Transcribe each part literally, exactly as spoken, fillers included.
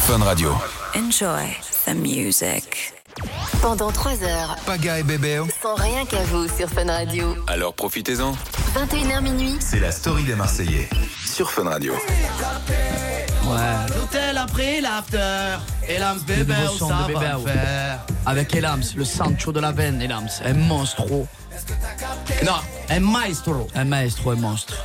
Fun Radio. Enjoy the music. Pendant trois heures, Paga et Bébé sans rien qu'à vous sur Fun Radio. Alors profitez-en. vingt et une heures minuit. C'est la story des Marseillais sur Fun Radio. Ouais. L'hôtel après l'after. Elams bébé, nouveau son ça de Bébé, va ouais. faire. Avec Elams, le Sancho de la veine, Elams, un monstre. Non, un maestro. Un maestro, un monstre.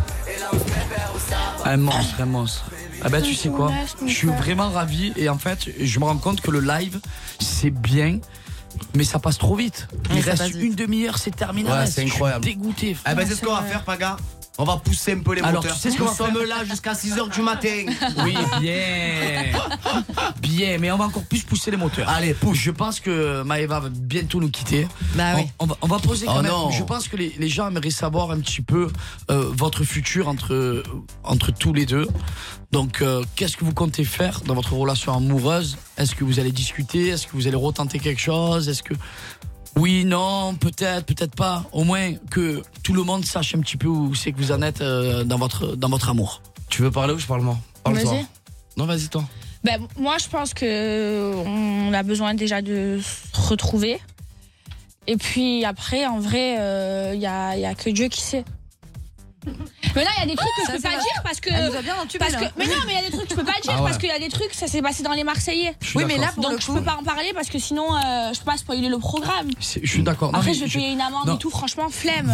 Un monstre, un monstre. Ah bah tu sais quoi, je suis vraiment ravi et en fait je me rends compte que le live c'est bien mais ça passe trop vite. Il Ouais, ça reste passe vite. une demi-heure, c'est terminé. Ouais, Reste. c'est Je suis incroyable. dégoûté. Eh ben c'est ce qu'on va faire, Paga. On va pousser un peu les Alors, moteurs. tu sais ce qu'on Nous va faire sommes là jusqu'à six heures du matin. Oui, bien. Bien, mais on va encore plus pousser les moteurs. Allez, pousse. Je pense que Maëva va bientôt nous quitter. Bah on, oui. on va, on va poser quand Oh même. non. Je pense que les, les gens aimeraient savoir un petit peu euh, votre futur entre, entre tous les deux. Donc, euh, qu'est-ce que vous comptez faire dans votre relation amoureuse? Est-ce que vous allez discuter? Est-ce que vous allez retenter quelque chose? Est-ce que... Oui, non, peut-être, peut-être pas. Au moins que tout le monde sache un petit peu où c'est que vous en êtes euh, dans, votre, dans votre amour. Tu veux parler ou je parle moi? Parle toi. Vas-y. Non, vas-y toi. Ben, moi, je pense que on a besoin déjà de se retrouver. Et puis après, en vrai, il euh, y, a, y a que Dieu qui sait. Mais là, il y a des trucs que je Ça, peux c'est pas vrai. dire parce que. Elle nous a bien entubé, parce là. que mais non, mais il y a des trucs que je peux pas dire Ah ouais. parce qu'il y a des trucs, ça s'est passé dans les Marseillais. Je suis Oui, mais d'accord. là, pour Donc le je coup, peux pas en parler parce que sinon, euh, je peux pas spoiler le programme. C'est- Je suis d'accord. Non, Après, mais je vais je- payer une amende non. et tout, franchement, flemme.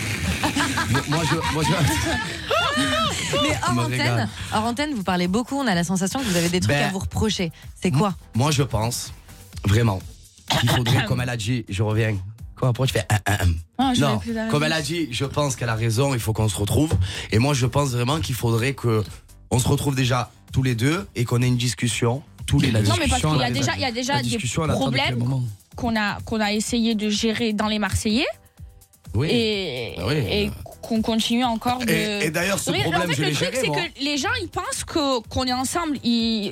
Moi je. Moi, je... mais hors me antenne, régale. hors antenne, vous parlez beaucoup. On a la sensation que vous avez des trucs Ben, à vous reprocher. C'est quoi? Moi je pense vraiment qu'il faudrait, comme elle a dit, je reviens. Quoi, pourquoi tu fais un, un, un Ah, je Non, vais plus la comme elle réponse. a dit, je pense qu'elle a raison, il faut qu'on se retrouve. Et moi, je pense vraiment qu'il faudrait que on se retrouve déjà tous les deux et qu'on ait une discussion tous les deux. Non, mais parce qu'il y a elle déjà, a- il y a déjà la des discussion, elle attend depuis un problèmes moment. qu'on a, qu'on a essayé de gérer dans les Marseillais Oui. et, Ah oui. et qu'on continue encore de. Et, et d'ailleurs, ce Oui, problème, en fait, je le l'ai truc, géré, c'est moi. que les gens, ils pensent que, qu'on est ensemble. Ils...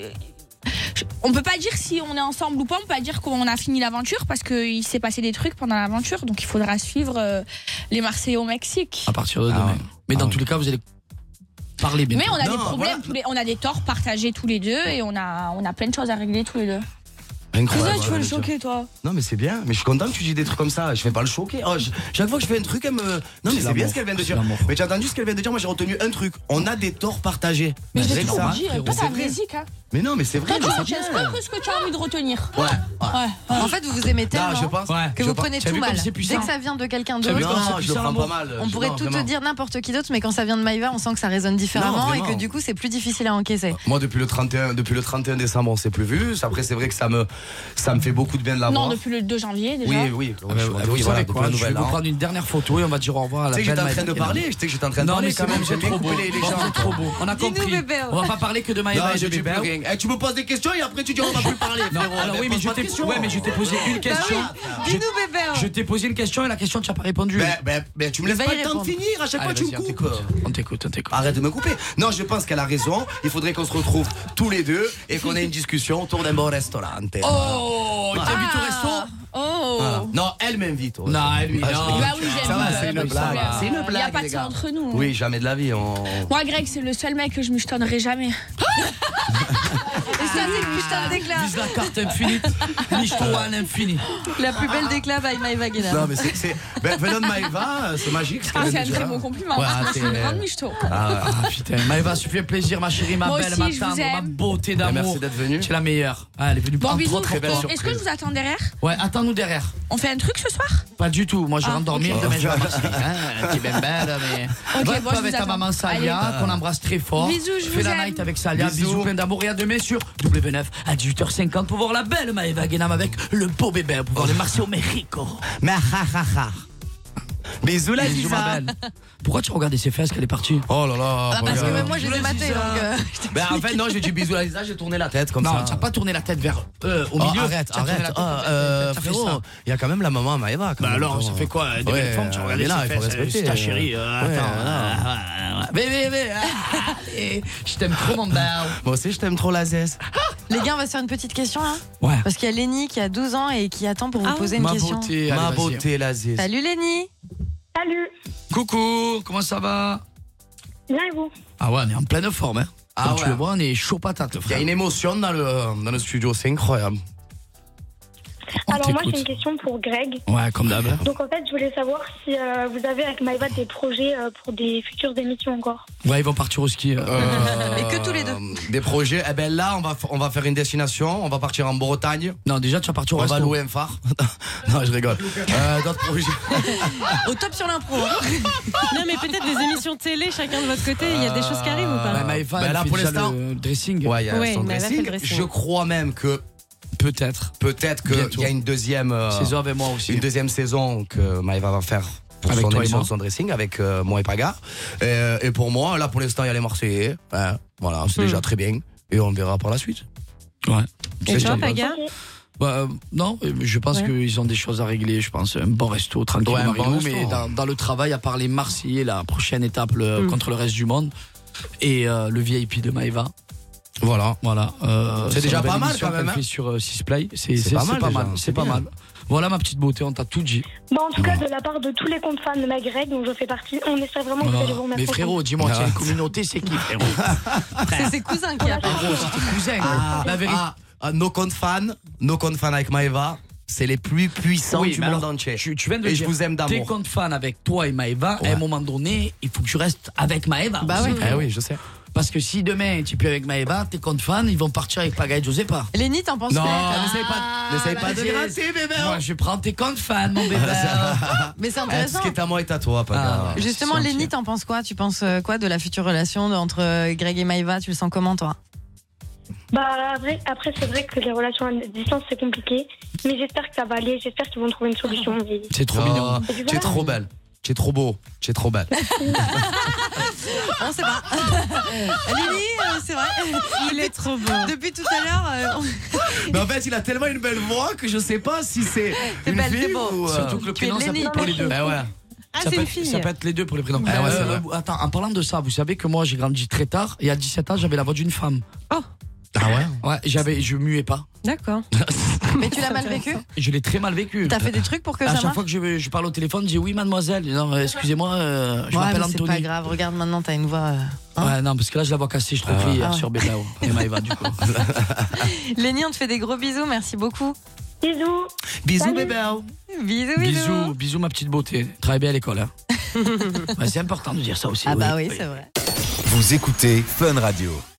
On peut pas dire si on est ensemble ou pas, on peut pas dire qu'on a fini l'aventure parce qu'il s'est passé des trucs pendant l'aventure. Donc il faudra suivre euh, les Marseillais au Mexique. À partir de Ah demain. ouais. Mais dans Ah tous ouais. les cas, vous allez parler bientôt. Mais on a Non, des problèmes, voilà. tous les- on a des torts partagés tous les deux et on a, on a plein de choses à régler tous les deux. Incroyable. tu veux le choquer, toi? Non, mais c'est bien. Mais je suis content que tu dis des trucs comme ça. Je vais pas le choquer. Oh, je- chaque fois que je fais un truc, elle me. Non, mais c'est bien l'amour. ce qu'elle vient de C'est dire. l'amour. Mais tu as entendu ce qu'elle vient de dire? Moi, j'ai retenu un truc. On a des torts partagés. Mais je C'est l'ai ça. toujours dit, frérot. toi C'est t'as vrai. amnésique, hein? Mais non, mais c'est vrai. Toi, je sais tu bien. retiens que ce que tu as envie de retenir. Ouais. ouais. Ouais. En fait, vous vous aimez Non, tellement je pense. Ouais. que je vous pense- prenez T'as tout vu comme mal. c'est puissant? Dès que ça vient de quelqu'un T'as vu d'autre, comme c'est Non, je le puissant, prends l'amour. pas mal. on Je- pourrait non, tout vraiment. te dire n'importe qui d'autre, mais quand ça vient de Maïva, on sent que ça résonne différemment et vraiment. que du coup, c'est plus difficile à encaisser. Moi, depuis le trente et un, depuis le trente et un décembre, on s'est plus vu. Après, c'est vrai que ça me, ça me fait beaucoup de bien de la Non, voir. depuis le deux janvier déjà. Oui, oui. Ah ben, Je- vous oui, savez voilà, quoi, depuis je la vais nouvelle vous an. prendre une dernière photo et on va dire au revoir à Tu la sais que j'étais belle en train de Maëva. parler. Je sais que j'étais en train de Non, parler mais quand c'est même. bon, J'ai c'est bien trop beau. coupé les, les Bon, gens. c'est trop beau. On a Dis-nous, compris. bébé. On va pas parler que de Non, Maëva et je de dis plus bébé. rien. Eh, tu me poses des questions et après tu dis on va plus parler. Non, frérot. alors Eh, oui, mais pose je pas de t'ai questions. ouais, mais je t'ai posé une question. Je- Dis-nous, bébé. Je t'ai posé une question et la question tu n'as pas répondu. Ben, ben, ben, tu me laisses va pas y le temps de répondre. finir. À chaque fois, Allez, tu me vas-y, on coupes. t'écoute. On t'écoute, on t'écoute. Arrête de me couper. Non, je pense qu'elle a raison. Il faudrait qu'on se retrouve tous les deux et qu'on ait une discussion autour d'un bon restaurant. Oh, il t'invite au resto? Oh. Voilà. Non, elle m'invite. au Non, resto. lui, Ah, je non. rigole. Bah oui, j'aime. Ça va, euh, c'est une bah, blague. ça va. C'est une Il y a blague, pas de les ça gars. entre nous. Oui, jamais de la vie. On... Moi, Greg, c'est le seul mec que je mouchetonnerai jamais. Et ça, c'est le putain d'éclat. Vise la carte infinie. Michto-One infini. La plus belle d'éclat by Maïva Guénard. Non, mais c'est. c'est... Ben, venant de Maëva, c'est magique. ce qu'elle Ah, vient c'est de un très dire. beau compliment. Ouais, Je suis une t'es- grande michto. Ah, Ah putain, Maëva, ça fait plaisir, ma chérie, ma Moi belle, aussi, ma je tendre, vous ma aime. beauté ben, d'amour. merci d'être venu. Tu es la meilleure. Ah, elle est venue Bon, prendre bisous. trop très belle Est-ce surprise. que je vous attends derrière? Ouais, attends-nous derrière. On fait un truc ce soir? Pas du tout. Moi, je Ah, rentre dormir. ok. Demain, je vais à Marseille. Hein, t'es bien belle, mais. Ok, Va bon, pas je avec vous ta attends. maman Salia, Allez. qu'on embrasse très fort. Bisous, je Fais vous la aime. night avec Salia. Bisous. Bisous, plein d'amour. Et à demain sur W neuf à dix-huit heures cinquante pour voir la belle Maëva Guénam avec le beau bébé pour voir les Marseillais au Mexico. Mais ha ha ha. Bisous la Bisous, ma Lisa. belle. Pourquoi tu regardais ses fesses qu'elle est partie? Oh là là. Ah, parce que regarde. même moi, je les ai matés. Donc, euh, Ben, en fait, non, j'ai dit bisous la Lisa, j'ai tourné la tête comme Non, ça. tu n'as pas tourné la tête vers eux, au Oh, milieu. arrête, Tu as tourné arrête. la tête Oh, vers- euh, t'as fait frérot, ça. il y a quand même la maman à Maëva. quand Bah même. alors, ça fait quoi? Des Ouais, belles formes, tu elle regardais est là, ses il faut fesses, respecter. c'est ta chérie. euh, Ouais, Attends, voilà. euh, ouais, ouais. Bébé, bébé, ah, allez, je t'aime trop, mon belle. Moi aussi, je t'aime trop la zeste. les gars, on va se faire une petite question là. Ouais. Parce qu'il y a Lénie qui a douze ans et qui attend pour vous Ah poser une Ma question. beauté, allez, Ma vas-y. beauté la zeste. Salut Lénie. Salut, Coucou, comment ça va? bien et vous? Ah ouais, on est en pleine forme, hein. Ah Comme ouais. tu le vois, on est chaud patate, Il y a frère. une émotion dans le, dans le studio, c'est incroyable. On Alors moi, t'écoute. j'ai une question pour Greg. Ouais, comme d'hab. Donc en fait, je voulais savoir si euh, vous avez avec Maëva des projets euh, pour des futures émissions encore. Ouais, ils vont partir au ski. euh. Euh, Et que tous les deux. Des projets. Eh ben là, on va, f- on va faire une destination. On va partir en Bretagne. Non, déjà, tu vas partir au On va resto. louer un phare. Non, je rigole. Euh, D'autres projets. Au top sur l'impro. hein. Non, mais peut-être des émissions télé, chacun de votre côté. Il y a des choses qui arrivent ou Bah, pas Maëva, Bah, elle là, fait pour déjà l'instant- le dressing. Ouais, il y a Ouais, son mais elle a fait dressing. le dressing. Je crois même que Peut-être. peut-être Bientôt. qu'il y a une deuxième euh, Saison avec moi aussi. une deuxième saison que Maëva va faire pour Avec son toi et émission, moi. son dressing avec euh, moi et Paga. Et, et pour moi, là pour l'instant, il y a les Marseillais. Hein, voilà, c'est Hmm. déjà très bien. Et on verra par la suite. Ouais. Et C'est toi, génial. Paga Ok. Bah, euh, non, euh, je pense Ouais. qu'ils ont des choses à régler. Je pense un bon resto, tranquille, Ouais, un bon Marilou. resto. Mais dans, dans le travail, à part les Marseillais, la prochaine étape le- Mm. contre le reste du monde. Et euh, le V I P de Maëva. Voilà. Voilà. euh, C'est déjà une belle pas mal, émission quand même, qu'elle hein. fait sur euh, Sisplay. C'est C'est c'est- pas c'est mal pas déjà, mal. c'est C'est pas bien. mal. Voilà ma petite beauté, on t'a tout dit. Bah, en tout cas, de la part de tous les comptes fans de ma Greg, dont je fais partie, on espère vraiment que vous allez vous remettre Mais ensemble. frérot, dis-moi, tu as Ah. une communauté, c'est qui, frérot? C'est ses cousins qui appellent. Frérot, c'est tes cousins. Ah, La vérité. ah, ah, nos comptes fans, nos comptes fans avec Maëva, c'est les plus puissants Oui, du mais monde alors, entier. Tu, tu viens de Et le je dire. vous aime T'es d'amour. compte fan avec toi et Maëva. Ouais. À un moment donné, il faut que tu restes avec Maëva. Bah aussi. ouais. Eh oui, je sais. Parce que si demain tu es plus avec Maëva, tes comptes fans, ils vont partir avec Paga et Josépa. Lenny, t'en penses Non, quoi n'essaye pas, n'essaye pas de les rater, bébé. Moi, je prends tes comptes fans, mon bébé. Mais c'est Eh, tout intéressant. ce qui est à moi est à toi, Paga. Ah. Justement, C'est gentil. Lenny, t'en penses quoi? Tu penses euh, quoi de la future relation de- entre euh, Greg et Maëva? Tu le sens comment, toi? Bah, après, après, c'est vrai que les relations à distance, c'est compliqué. Mais j'espère que ça va aller. J'espère qu'ils vont trouver une solution. Et- C'est trop Oh, mignon. Et puis tu es voilà. trop belle. Tu es trop beau. Tu es trop belle. On sait pas. Lenny, euh, c'est vrai. Il est trop beau. Depuis tout à l'heure, euh, on- Mais en fait, il a tellement une belle voix que je sais pas si c'est T'es une belle, t'es fille beau. ou. euh, Surtout que le Tu es prénom, ça peut Lenny. être pour les deux. Eh ouais. Ah, ça, c'est peut une être, fille. ça peut être les deux pour les prénoms. Ah ouais, c'est Euh, vrai. attends, en parlant de ça, vous savez que moi j'ai grandi très tard et à dix-sept ans j'avais la voix d'une femme. Oh, Ah ouais. Ouais, j'avais, je muais pas. d'accord. mais tu l'as mal vécu? Je l'ai très mal vécu. T'as fait des trucs pour que À ça chaque marche? fois que je, je parle au téléphone, je dis oui mademoiselle. Non, euh, excusez-moi, euh, je Ouais, m'appelle mais c'est pas Anthony. grave. Regarde, maintenant, t'as une voix. euh, hein. Ouais, non, parce que là je la vois cassée, je trouve Ah. hier Ah ouais. sur Bédao et Maëva du coup. Lenny, on te fait des gros bisous. Merci beaucoup. Bisous. Bisous, Salut. bébé. Bisous, bisous. Bisous, bisous ma petite beauté. Travaille bien à l'école. Hein. Ouais, c'est important de dire ça aussi. Ah oui. bah oui, c'est vrai. Vous écoutez Fun Radio.